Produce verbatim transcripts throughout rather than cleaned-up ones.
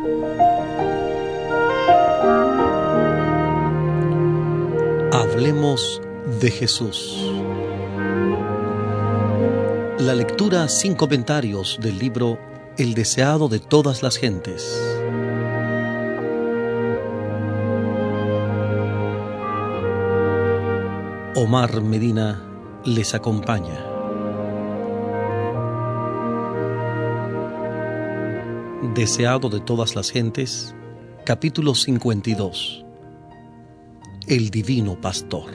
Hablemos de Jesús. La lectura sin comentarios del libro El deseado de todas las gentes. Omar Medina les acompaña. Deseado de todas las gentes, capítulo cincuenta y dos. El Divino Pastor.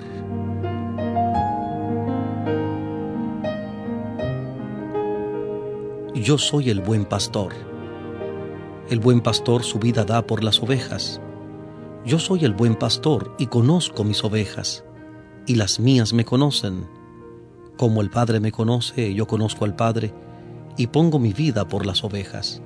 Yo soy el buen pastor. El buen pastor su vida da por las ovejas. Yo soy el buen pastor y conozco mis ovejas, y las mías me conocen. Como el Padre me conoce, yo conozco al Padre, y pongo mi vida por las ovejas.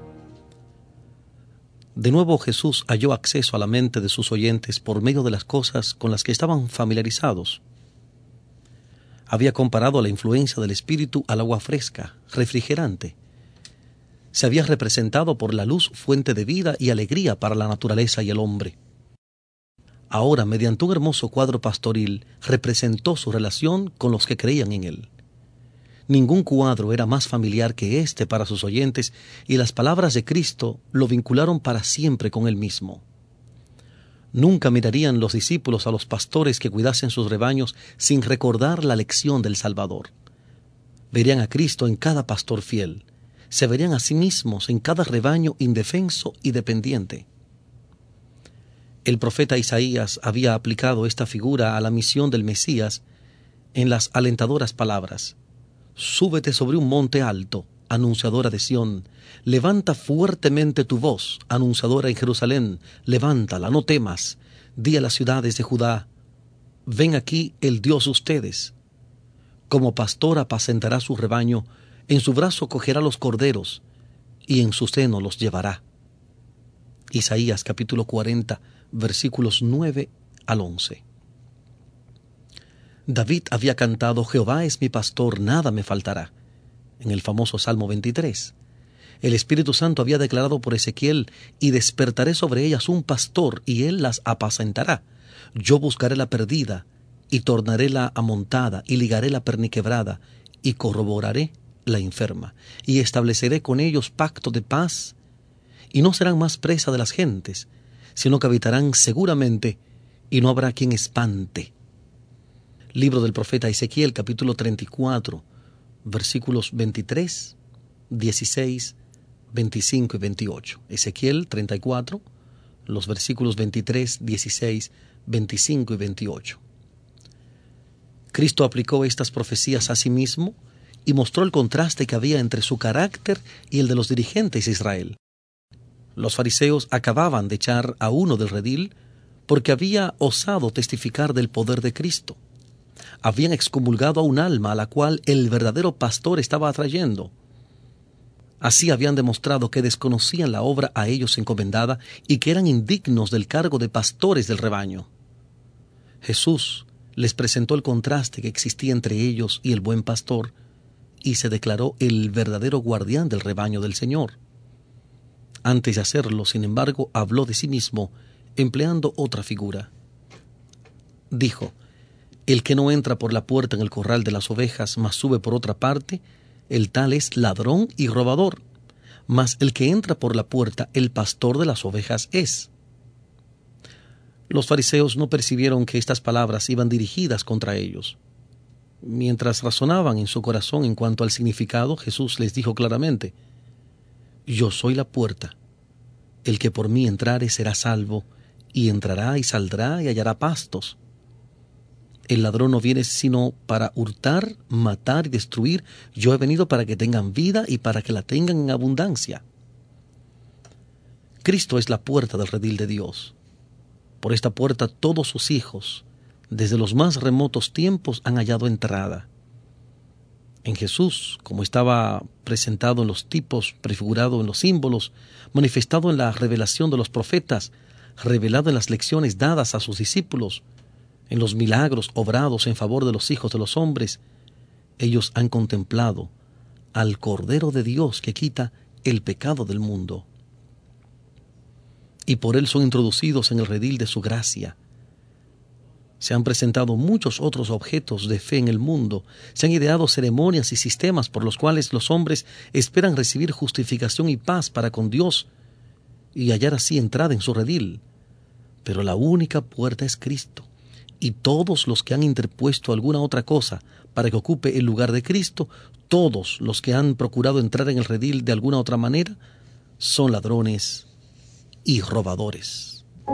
De nuevo Jesús halló acceso a la mente de sus oyentes por medio de las cosas con las que estaban familiarizados. Había comparado la influencia del Espíritu al agua fresca, refrigerante. Se había representado por la luz fuente de vida y alegría para la naturaleza y el hombre. Ahora, mediante un hermoso cuadro pastoril, representó su relación con los que creían en él. Ningún cuadro era más familiar que este para sus oyentes, y las palabras de Cristo lo vincularon para siempre con él mismo. Nunca mirarían los discípulos a los pastores que cuidasen sus rebaños sin recordar la lección del Salvador. Verían a Cristo en cada pastor fiel. Se verían a sí mismos en cada rebaño indefenso y dependiente. El profeta Isaías había aplicado esta figura a la misión del Mesías en las alentadoras palabras: Súbete sobre un monte alto, anunciadora de Sión. Levanta fuertemente tu voz, anunciadora en Jerusalén. Levántala, no temas. Di a las ciudades de Judá: ven aquí el Dios de ustedes. Como pastor apacentará su rebaño, en su brazo cogerá los corderos, y en su seno los llevará. Isaías capítulo cuarenta, versículos nueve al once. David había cantado: Jehová es mi pastor, nada me faltará, en el famoso Salmo veintitrés. El Espíritu Santo había declarado por Ezequiel: y despertaré sobre ellas un pastor, y él las apacentará. Yo buscaré la perdida, y tornaré la amontada, y ligaré la perniquebrada, y corroboraré la enferma, y estableceré con ellos pacto de paz, y no serán más presa de las gentes, sino que habitarán seguramente, y no habrá quien espante. Libro del profeta Ezequiel, capítulo treinta y cuatro, versículos veintitrés, dieciséis, veinticinco y veintiocho. Ezequiel treinta y cuatro, los versículos veintitrés, dieciséis, veinticinco y veintiocho. Cristo aplicó estas profecías a sí mismo y mostró el contraste que había entre su carácter y el de los dirigentes de Israel. Los fariseos acababan de echar a uno del redil porque había osado testificar del poder de Cristo. Habían excomulgado a un alma a la cual el verdadero pastor estaba atrayendo. Así habían demostrado que desconocían la obra a ellos encomendada y que eran indignos del cargo de pastores del rebaño. Jesús les presentó el contraste que existía entre ellos y el buen pastor, y se declaró el verdadero guardián del rebaño del Señor. Antes de hacerlo, sin embargo, habló de sí mismo, empleando otra figura. Dijo: el que no entra por la puerta en el corral de las ovejas, mas sube por otra parte, el tal es ladrón y robador. Mas el que entra por la puerta, el pastor de las ovejas es. Los fariseos no percibieron que estas palabras iban dirigidas contra ellos. Mientras razonaban en su corazón en cuanto al significado, Jesús les dijo claramente: yo soy la puerta. El que por mí entrare será salvo, y entrará y saldrá y hallará pastos. El ladrón no viene sino para hurtar, matar y destruir. Yo he venido para que tengan vida y para que la tengan en abundancia. Cristo es la puerta del redil de Dios. Por esta puerta todos sus hijos, desde los más remotos tiempos, han hallado entrada. En Jesús, como estaba presentado en los tipos, prefigurado en los símbolos, manifestado en la revelación de los profetas, revelado en las lecciones dadas a sus discípulos, en los milagros obrados en favor de los hijos de los hombres, ellos han contemplado al Cordero de Dios que quita el pecado del mundo. y por él son introducidos en el redil de su gracia. Se han presentado muchos otros objetos de fe en el mundo, se han ideado ceremonias y sistemas por los cuales los hombres esperan recibir justificación y paz para con Dios y hallar así entrada en su redil. Pero la única puerta es Cristo, y todos los que han interpuesto alguna otra cosa para que ocupe el lugar de Cristo, todos los que han procurado entrar en el redil de alguna otra manera, son ladrones y robadores.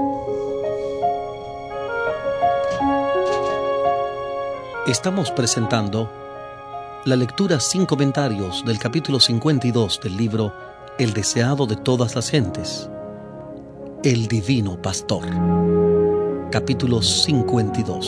Estamos presentando la lectura sin comentarios del capítulo cincuenta y dos del libro El deseado de todas las gentes, El Divino Pastor, capítulo cincuenta y dos.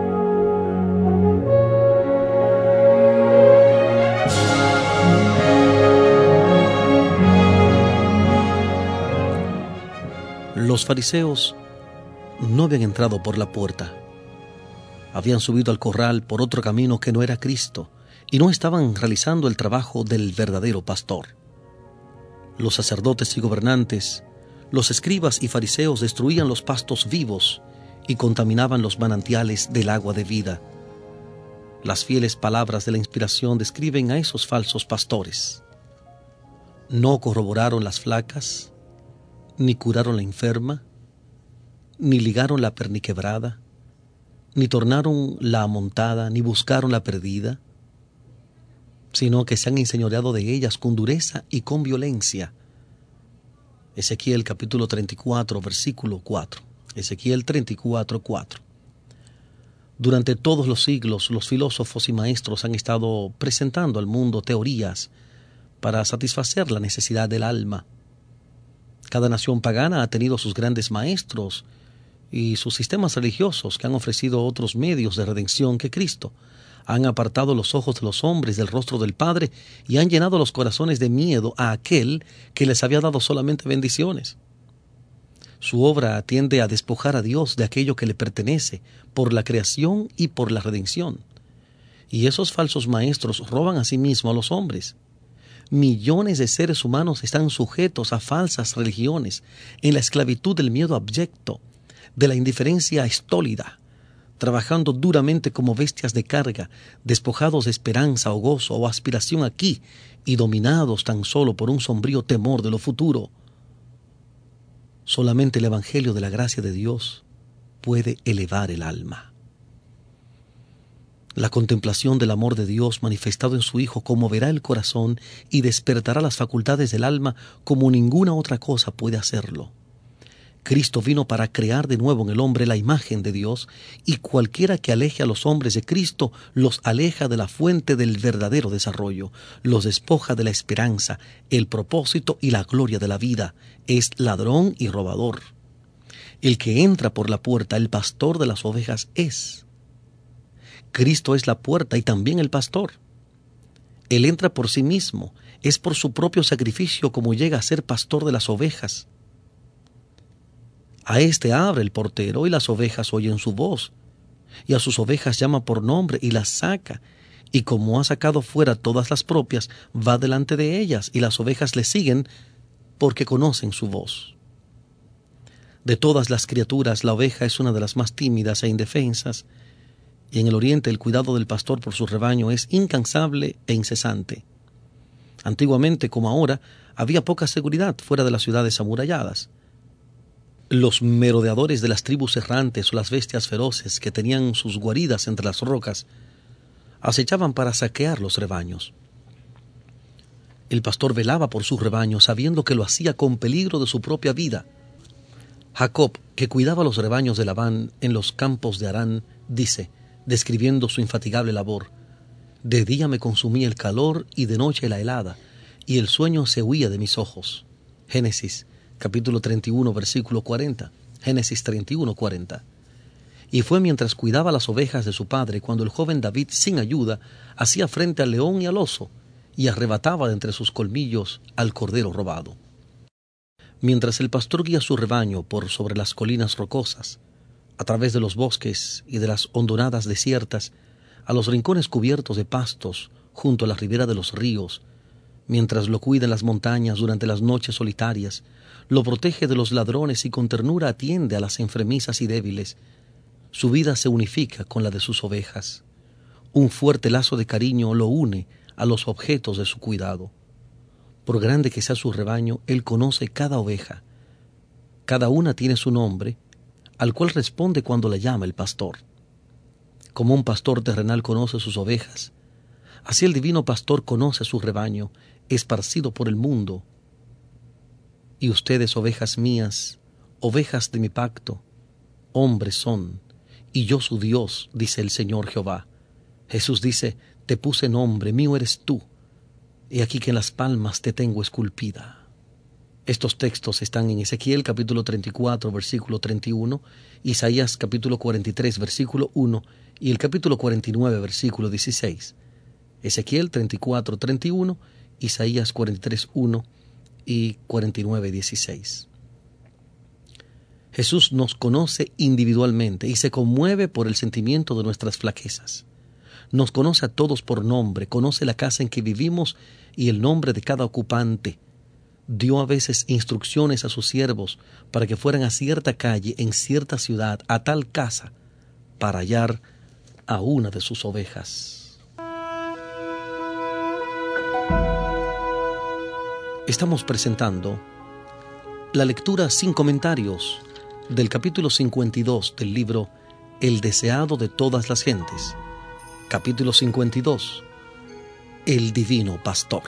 Los fariseos no habían entrado por la puerta. Habían subido al corral por otro camino que no era Cristo y no estaban realizando el trabajo del verdadero pastor. Los sacerdotes y gobernantes, los escribas y fariseos destruían los pastos vivos y contaminaban los manantiales del agua de vida. Las fieles palabras de la inspiración describen a esos falsos pastores. No corroboraron las flacas, ni curaron la enferma, ni ligaron la perniquebrada, ni tornaron la amontada, ni buscaron la perdida, sino que se han enseñoreado de ellas con dureza y con violencia. Ezequiel capítulo treinta y cuatro, versículo cuatro. Ezequiel treinta y cuatro, cuatro. Durante todos los siglos, los filósofos y maestros han estado presentando al mundo teorías para satisfacer la necesidad del alma. Cada nación pagana ha tenido sus grandes maestros y sus sistemas religiosos que han ofrecido otros medios de redención que Cristo. Han apartado los ojos de los hombres del rostro del Padre y han llenado los corazones de miedo a aquel que les había dado solamente bendiciones. Su obra tiende a despojar a Dios de aquello que le pertenece por la creación y por la redención. Y esos falsos maestros roban a sí mismos a los hombres. Millones de seres humanos están sujetos a falsas religiones, en la esclavitud del miedo abyecto, de la indiferencia estólida, trabajando duramente como bestias de carga, despojados de esperanza o gozo o aspiración aquí y dominados tan solo por un sombrío temor de lo futuro. Solamente el Evangelio de la gracia de Dios puede elevar el alma. La contemplación del amor de Dios manifestado en su Hijo conmoverá el corazón y despertará las facultades del alma como ninguna otra cosa puede hacerlo. Cristo vino para crear de nuevo en el hombre la imagen de Dios, y cualquiera que aleje a los hombres de Cristo los aleja de la fuente del verdadero desarrollo, los despoja de la esperanza, el propósito y la gloria de la vida. Es ladrón y robador. El que entra por la puerta, el pastor de las ovejas es. Cristo es la puerta y también el pastor. Él entra por sí mismo, es por su propio sacrificio como llega a ser pastor de las ovejas. A éste abre el portero y las ovejas oyen su voz, y a sus ovejas llama por nombre y las saca, y como ha sacado fuera todas las propias, va delante de ellas, y las ovejas le siguen porque conocen su voz. De todas las criaturas, la oveja es una de las más tímidas e indefensas, y en el oriente el cuidado del pastor por su rebaño es incansable e incesante. Antiguamente, como ahora, había poca seguridad fuera de las ciudades amuralladas. Los merodeadores de las tribus errantes o las bestias feroces que tenían sus guaridas entre las rocas acechaban para saquear los rebaños. El pastor velaba por su rebaño sabiendo que lo hacía con peligro de su propia vida. Jacob, que cuidaba los rebaños de Labán en los campos de Harán, dice, describiendo su infatigable labor: de día me consumía el calor y de noche la helada, y el sueño se huía de mis ojos. Génesis capítulo treinta y uno, versículo cuarenta. Génesis treinta y uno, cuarenta. Y fue mientras cuidaba las ovejas de su padre cuando el joven David, sin ayuda, hacía frente al león y al oso, y arrebataba de entre sus colmillos al cordero robado. Mientras el pastor guía su rebaño por sobre las colinas rocosas, a través de los bosques y de las hondonadas desiertas, a los rincones cubiertos de pastos, junto a la ribera de los ríos, mientras lo cuida en las montañas durante las noches solitarias, lo protege de los ladrones y con ternura atiende a las enfermizas y débiles. Su vida se unifica con la de sus ovejas. Un fuerte lazo de cariño lo une a los objetos de su cuidado. Por grande que sea su rebaño, Él conoce cada oveja. Cada una tiene su nombre, al cual responde cuando la llama el pastor. Como un pastor terrenal conoce sus ovejas, así el divino pastor conoce su rebaño, esparcido por el mundo. Y ustedes, ovejas mías, ovejas de mi pacto, hombres son, y yo su Dios, dice el Señor Jehová. Jesús dice, te puse nombre, mío eres tú, he aquí que en las palmas te tengo esculpida. Estos textos están en Ezequiel capítulo treinta y cuatro, versículo treinta y uno, Isaías capítulo cuarenta y tres, versículo uno, y el capítulo cuarenta y nueve, versículo dieciséis. Ezequiel treinta y cuatro, treinta y uno, Isaías cuarenta y tres, uno y cuarenta y nueve, dieciséis. Jesús nos conoce individualmente y se conmueve por el sentimiento de nuestras flaquezas. Nos conoce a todos por nombre, conoce la casa en que vivimos y el nombre de cada ocupante. Dio a veces instrucciones a sus siervos para que fueran a cierta calle, en cierta ciudad, a tal casa, para hallar a una de sus ovejas. Estamos presentando la lectura sin comentarios del capítulo cincuenta y dos del libro El deseado de todas las gentes. Capítulo cincuenta y dos. El divino pastor.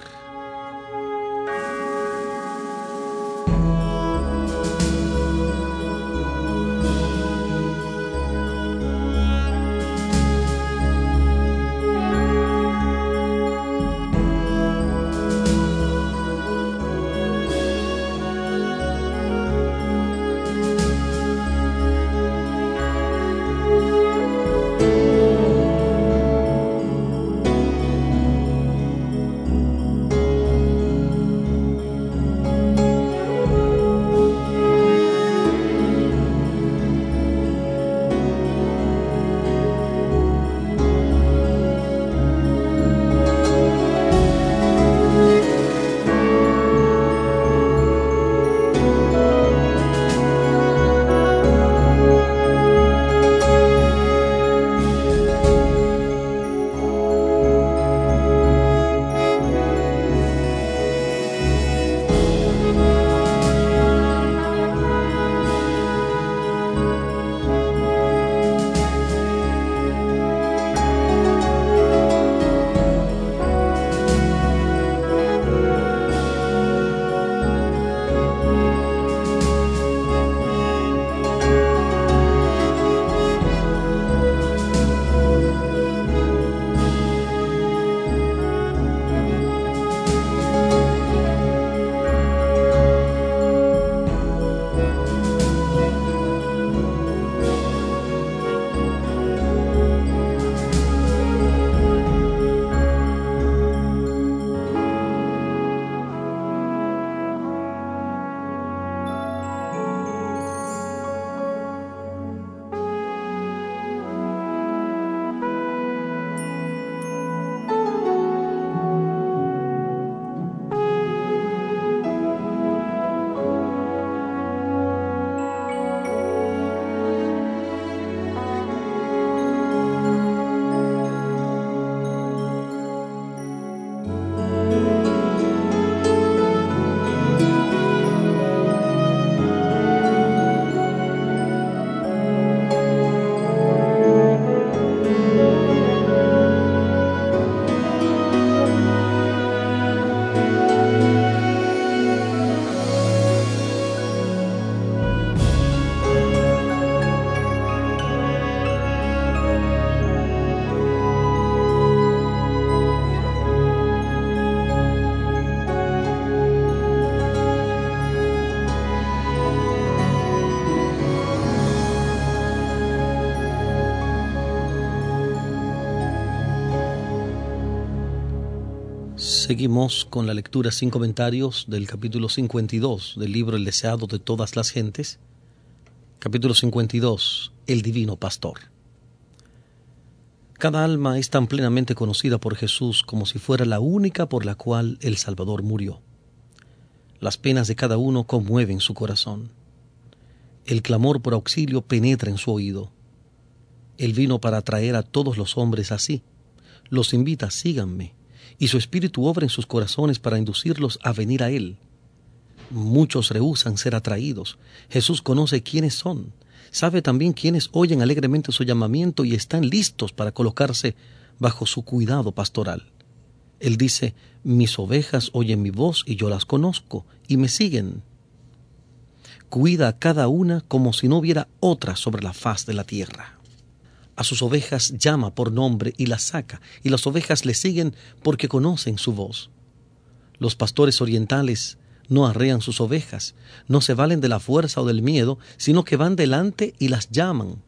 Seguimos con la lectura sin comentarios del capítulo cincuenta y dos del libro El deseado de todas las gentes. Capítulo cincuenta y dos. El divino pastor. Cada alma es tan plenamente conocida por Jesús como si fuera la única por la cual el Salvador murió. Las penas de cada uno conmueven su corazón. El clamor por auxilio penetra en su oído. Él vino para atraer a todos los hombres así. Los invita, síganme, y su espíritu obra en sus corazones para inducirlos a venir a Él. Muchos rehúsan ser atraídos. Jesús conoce quiénes son. Sabe también quiénes oyen alegremente su llamamiento y están listos para colocarse bajo su cuidado pastoral. Él dice, mis ovejas oyen mi voz y yo las conozco y me siguen. Cuida a cada una como si no hubiera otra sobre la faz de la tierra. A sus ovejas llama por nombre y las saca, y las ovejas le siguen porque conocen su voz. Los pastores orientales no arrean sus ovejas, no se valen de la fuerza o del miedo, sino que van delante y las llaman.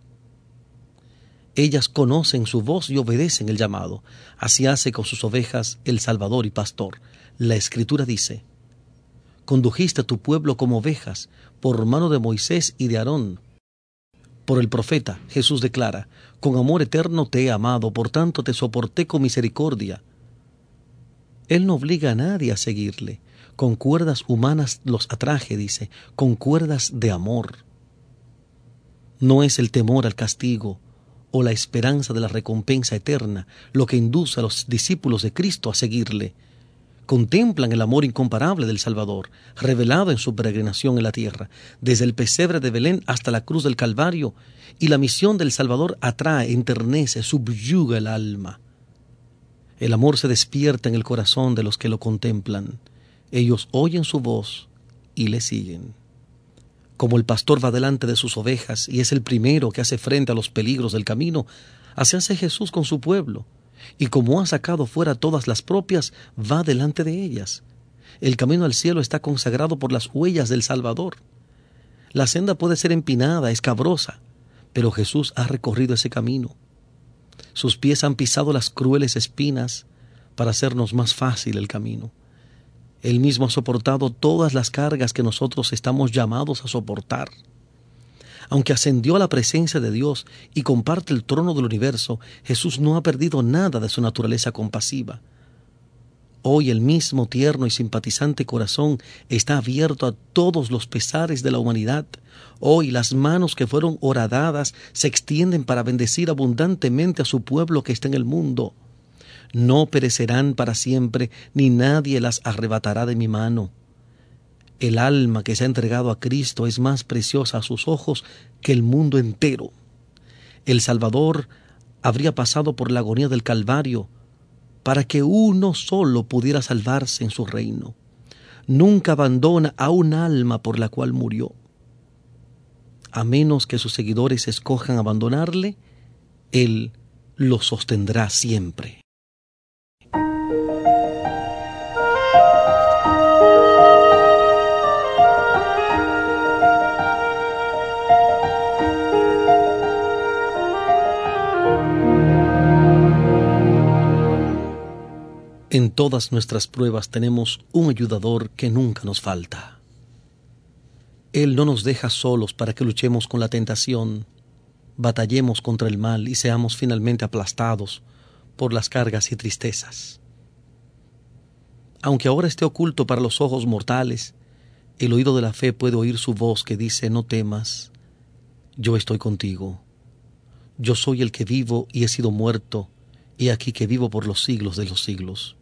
Ellas conocen su voz y obedecen el llamado. Así hace con sus ovejas el Salvador y Pastor. La Escritura dice, condujiste a tu pueblo como ovejas, por mano de Moisés y de Aarón. Por el profeta, Jesús declara, con amor eterno te he amado, por tanto te soporté con misericordia. Él no obliga a nadie a seguirle. Con cuerdas humanas los atraje, dice, con cuerdas de amor. No es el temor al castigo o la esperanza de la recompensa eterna lo que induce a los discípulos de Cristo a seguirle. Contemplan el amor incomparable del Salvador, revelado en su peregrinación en la tierra, desde el pesebre de Belén hasta la cruz del Calvario, y la misión del Salvador atrae, enternece, subyuga el alma. El amor se despierta en el corazón de los que lo contemplan. Ellos oyen su voz y le siguen. Como el pastor va delante de sus ovejas y es el primero que hace frente a los peligros del camino, así hace Jesús con su pueblo. Y como ha sacado fuera todas las propias, va delante de ellas. El camino al cielo está consagrado por las huellas del Salvador. La senda puede ser empinada, escabrosa, pero Jesús ha recorrido ese camino. Sus pies han pisado las crueles espinas para hacernos más fácil el camino. Él mismo ha soportado todas las cargas que nosotros estamos llamados a soportar. Aunque ascendió a la presencia de Dios y comparte el trono del universo, Jesús no ha perdido nada de su naturaleza compasiva. Hoy el mismo tierno y simpatizante corazón está abierto a todos los pesares de la humanidad. Hoy las manos que fueron horadadas se extienden para bendecir abundantemente a su pueblo que está en el mundo. No perecerán para siempre, ni nadie las arrebatará de mi mano. El alma que se ha entregado a Cristo es más preciosa a sus ojos que el mundo entero. El Salvador habría pasado por la agonía del Calvario para que uno solo pudiera salvarse en su reino. Nunca abandona a un alma por la cual murió. A menos que sus seguidores escojan abandonarle, Él los sostendrá siempre. En todas nuestras pruebas tenemos un ayudador que nunca nos falta. Él no nos deja solos para que luchemos con la tentación, batallemos contra el mal y seamos finalmente aplastados por las cargas y tristezas. Aunque ahora esté oculto para los ojos mortales, el oído de la fe puede oír su voz que dice: no temas, yo estoy contigo. Yo soy el que vivo y he sido muerto, y aquí que vivo por los siglos de los siglos.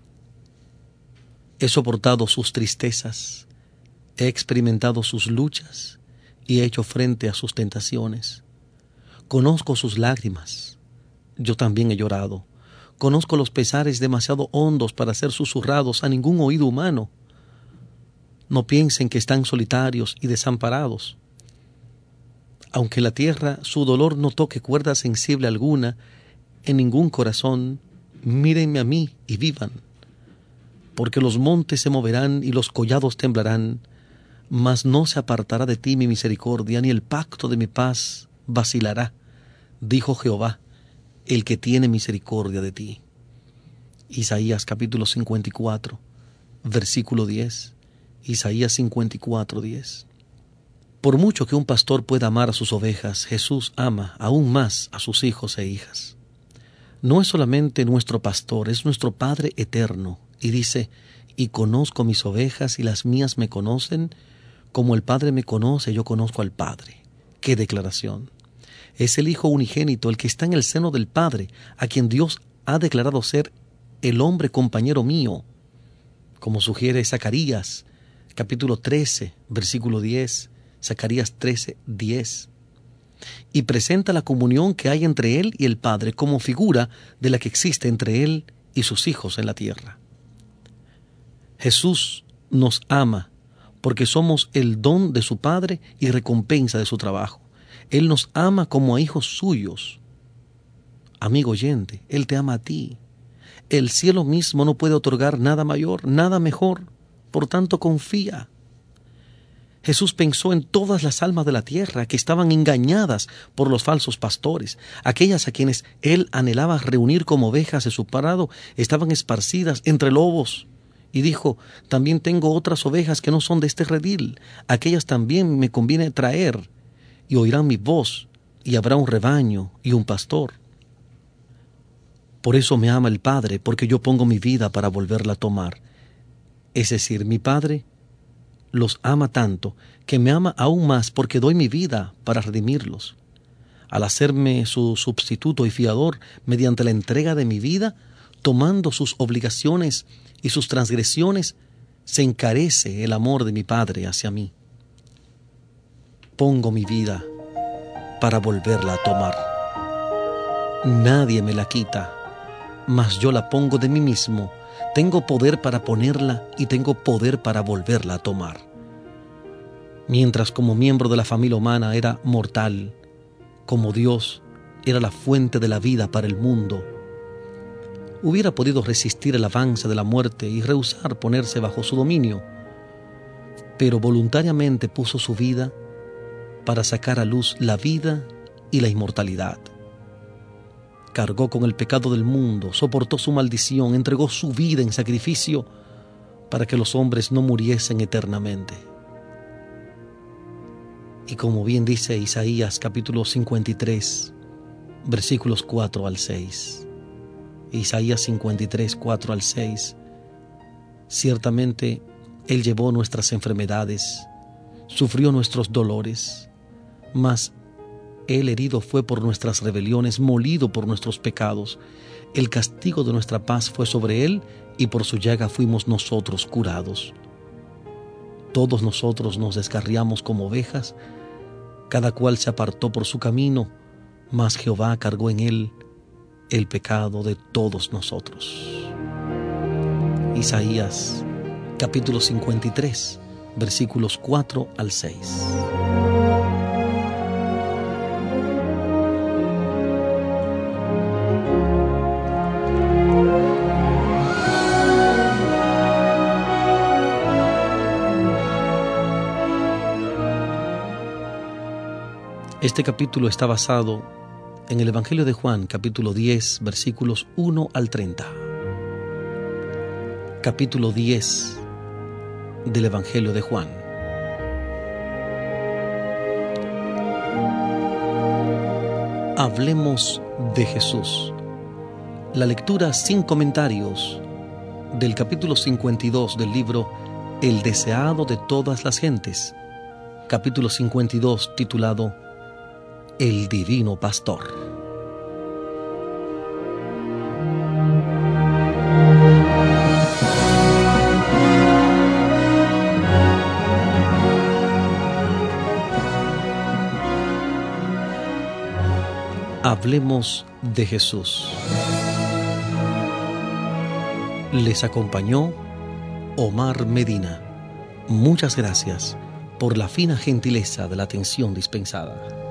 He soportado sus tristezas, he experimentado sus luchas y he hecho frente a sus tentaciones. Conozco sus lágrimas, yo también he llorado. Conozco los pesares demasiado hondos para ser susurrados a ningún oído humano. No piensen que están solitarios y desamparados. Aunque la tierra su dolor no toque cuerda sensible alguna, en ningún corazón, mírenme a mí y vivan. Porque los montes se moverán y los collados temblarán, mas no se apartará de ti mi misericordia, ni el pacto de mi paz vacilará, dijo Jehová, el que tiene misericordia de ti. Isaías capítulo cincuenta y cuatro, versículo diez. Isaías cincuenta y cuatro, diez. Por mucho que un pastor pueda amar a sus ovejas, Jesús ama aún más a sus hijos e hijas. no es solamente nuestro pastor, es nuestro Padre eterno. Y dice, y conozco mis ovejas y las mías me conocen, como el Padre me conoce, yo conozco al Padre. ¡Qué declaración! Es el Hijo unigénito, el que está en el seno del Padre, a quien Dios ha declarado ser el hombre compañero mío, como sugiere Zacarías, capítulo trece, versículo diez, Zacarías trece, diez. Y presenta la comunión que hay entre Él y el Padre como figura de la que existe entre Él y sus hijos en la tierra. Jesús nos ama porque somos el don de su Padre y recompensa de su trabajo. Él nos ama como a hijos suyos. Amigo oyente, Él te ama a ti. El cielo mismo no puede otorgar nada mayor, nada mejor. Por tanto, confía. Jesús pensó en todas las almas de la tierra que estaban engañadas por los falsos pastores. Aquellas a quienes Él anhelaba reunir como ovejas de su prado estaban esparcidas entre lobos. Y dijo, también tengo otras ovejas que no son de este redil. Aquellas también me conviene traer. Y oirán mi voz, y habrá un rebaño y un pastor. Por eso me ama el Padre, porque yo pongo mi vida para volverla a tomar. Es decir, mi Padre los ama tanto, que me ama aún más porque doy mi vida para redimirlos. Al hacerme su sustituto y fiador mediante la entrega de mi vida, tomando sus obligaciones y sus transgresiones, se encarece el amor de mi Padre hacia mí. Pongo mi vida para volverla a tomar. Nadie me la quita, mas yo la pongo de mí mismo. Tengo poder para ponerla y tengo poder para volverla a tomar. Mientras como miembro de la familia humana era mortal, como Dios era la fuente de la vida para el mundo, hubiera podido resistir el avance de la muerte y rehusar ponerse bajo su dominio, pero voluntariamente puso su vida para sacar a luz la vida y la inmortalidad. Cargó con el pecado del mundo, soportó su maldición, entregó su vida en sacrificio para que los hombres no muriesen eternamente. Y como bien dice Isaías capítulo cincuenta y tres, versículos cuatro al seis. Isaías cincuenta y tres, cuatro al seis. Ciertamente Él llevó nuestras enfermedades, sufrió nuestros dolores, mas Él herido fue por nuestras rebeliones, molido por nuestros pecados. El castigo de nuestra paz fue sobre Él, y por su llaga fuimos nosotros curados. Todos nosotros nos descarriamos como ovejas, cada cual se apartó por su camino, mas Jehová cargó en Él el pecado de todos nosotros. Isaías capítulo cincuenta y tres, versículos cuatro al seis. Este capítulo está basado en el Evangelio de Juan, capítulo diez, versículos uno al treinta. Capítulo diez del Evangelio de Juan. Hablemos de Jesús. La lectura sin comentarios del capítulo cincuenta y dos del libro El deseado de todas las gentes. Capítulo cincuenta y dos titulado El Divino Pastor. Hablemos de Jesús. Les acompañó Omar Medina. Muchas gracias por la fina gentileza de la atención dispensada.